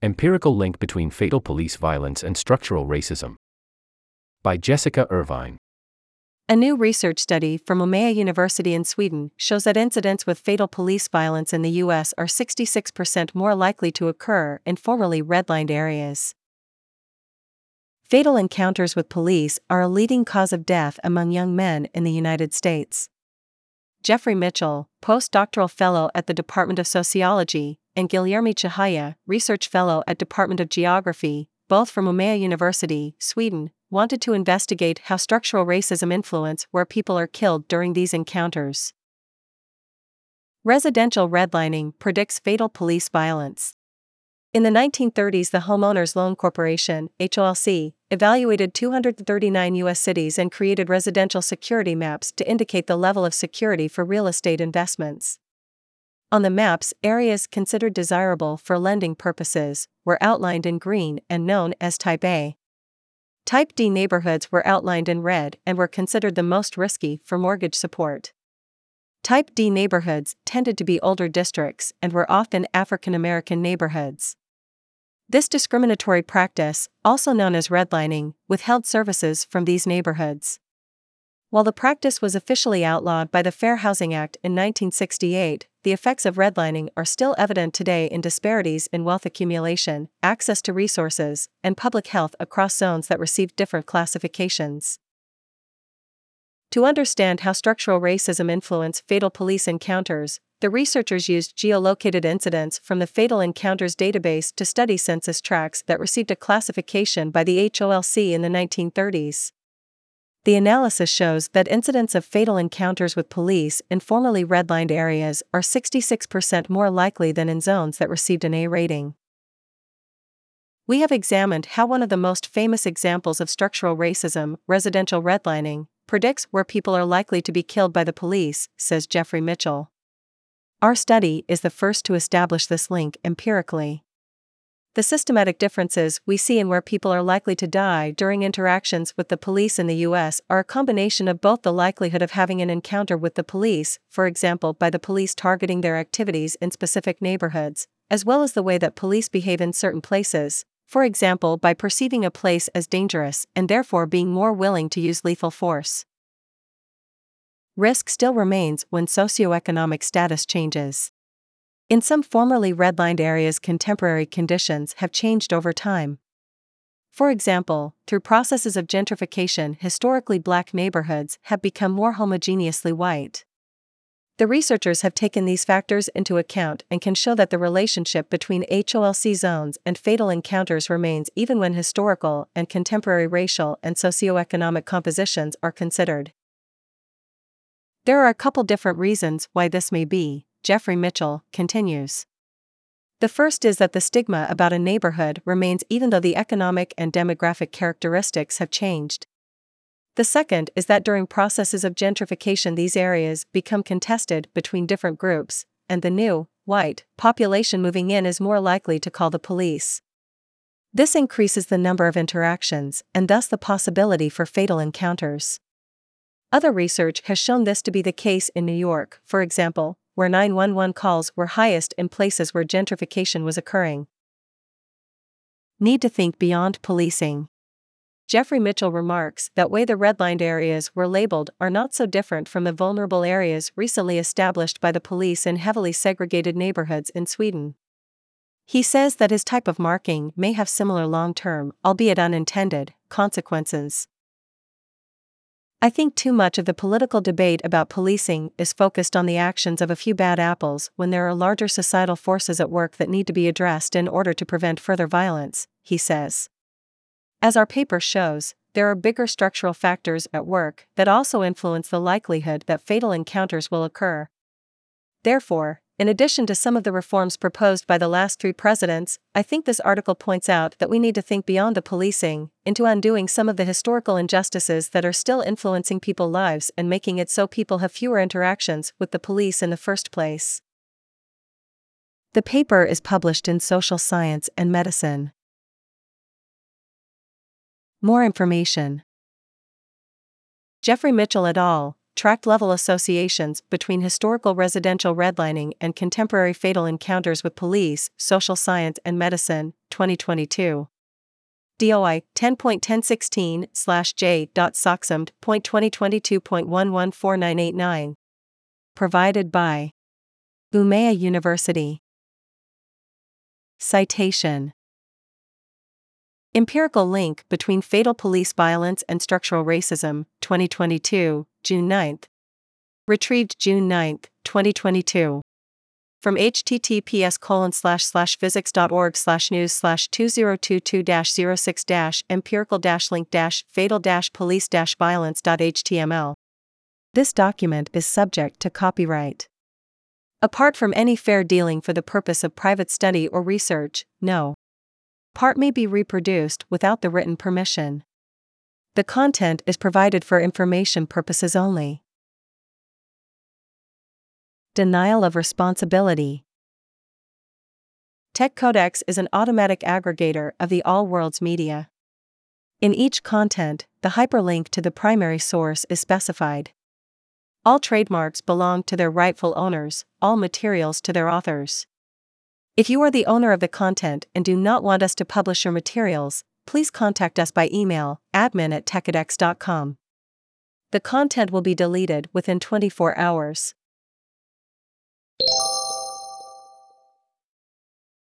Empirical link between fatal police violence and structural racism. By Jessica Irvine. A new research study from Umeå University in Sweden shows that incidents with fatal police violence in the U.S. are 66% more likely to occur in formerly redlined areas. Fatal encounters with police are a leading cause of death among young men in the United States. Jeffrey Mitchell, postdoctoral fellow at the Department of Sociology, and Guilherme Chihaya, research fellow at Department of Geography, both from Umeå University, Sweden, wanted to investigate how structural racism influence where people are killed during these encounters. Residential redlining predicts fatal police violence. In the 1930s, the Homeowners Loan Corporation, HOLC, evaluated 239 U.S. cities and created residential security maps to indicate the level of security for real estate investments. On the maps, areas considered desirable for lending purposes were outlined in green and known as Type A. Type D neighborhoods were outlined in red and were considered the most risky for mortgage support. Type D neighborhoods tended to be older districts and were often African American neighborhoods. This discriminatory practice, also known as redlining, withheld services from these neighborhoods. While the practice was officially outlawed by the Fair Housing Act in 1968, the effects of redlining are still evident today in disparities in wealth accumulation, access to resources, and public health across zones that received different classifications. To understand how structural racism influences fatal police encounters, the researchers used geolocated incidents from the Fatal Encounters database to study census tracts that received a classification by the HOLC in the 1930s. The analysis shows that incidents of fatal encounters with police in formerly redlined areas are 66% more likely than in zones that received an A rating. We have examined how one of the most famous examples of structural racism, residential redlining, predicts where people are likely to be killed by the police, says Jeffrey Mitchell. Our study is the first to establish this link empirically. The systematic differences we see in where people are likely to die during interactions with the police in the U.S. are a combination of both the likelihood of having an encounter with the police, for example by the police targeting their activities in specific neighborhoods, as well as the way that police behave in certain places, for example by perceiving a place as dangerous and therefore being more willing to use lethal force. Risk still remains when socioeconomic status changes. In some formerly redlined areas, contemporary conditions have changed over time. For example, through processes of gentrification, historically black neighborhoods have become more homogeneously white. The researchers have taken these factors into account and can show that the relationship between HOLC zones and fatal encounters remains even when historical and contemporary racial and socioeconomic compositions are considered. There are a couple different reasons why this may be, Jeffrey Mitchell continues. The first is that the stigma about a neighborhood remains even though the economic and demographic characteristics have changed. The second is that during processes of gentrification these areas become contested between different groups, and the new, white, population moving in is more likely to call the police. This increases the number of interactions and thus the possibility for fatal encounters. Other research has shown this to be the case in New York, for example, where 911 calls were highest in places where gentrification was occurring. Need to think beyond policing. Jeffrey Mitchell remarks that way the redlined areas were labeled are not so different from the vulnerable areas recently established by the police in heavily segregated neighborhoods in Sweden. He says that his type of marking may have similar long-term, albeit unintended, consequences. I think too much of the political debate about policing is focused on the actions of a few bad apples when there are larger societal forces at work that need to be addressed in order to prevent further violence, he says. As our paper shows, there are bigger structural factors at work that also influence the likelihood that fatal encounters will occur. Therefore, in addition to some of the reforms proposed by the last 3 presidents, I think this article points out that we need to think beyond the policing, into undoing some of the historical injustices that are still influencing people's lives and making it so people have fewer interactions with the police in the first place. The paper is published in Social Science and Medicine. More information. Jeffrey Mitchell et al. Tract level associations between historical residential redlining and contemporary fatal encounters with police, Social Science and Medicine, 2022. DOI 10.1016/J.SOCSMD.2022.114989. Provided by Umeå University. Citation: Empirical link between fatal police violence and structural racism, 2022, June 9. Retrieved June 9, 2022. From https://physics.org/news/2022-06-empirical-link-fatal-police-violence.html. This document is subject to copyright. Apart from any fair dealing for the purpose of private study or research, no part may be reproduced without the written permission. The content is provided for information purposes only. Denial of responsibility. TechCodex is an automatic aggregator of the all world's media. In each content, the hyperlink to the primary source is specified. All trademarks belong to their rightful owners, all materials to their authors. If you are the owner of the content and do not want us to publish your materials, please contact us by email, admin@techcodex.com. The content will be deleted within 24 hours.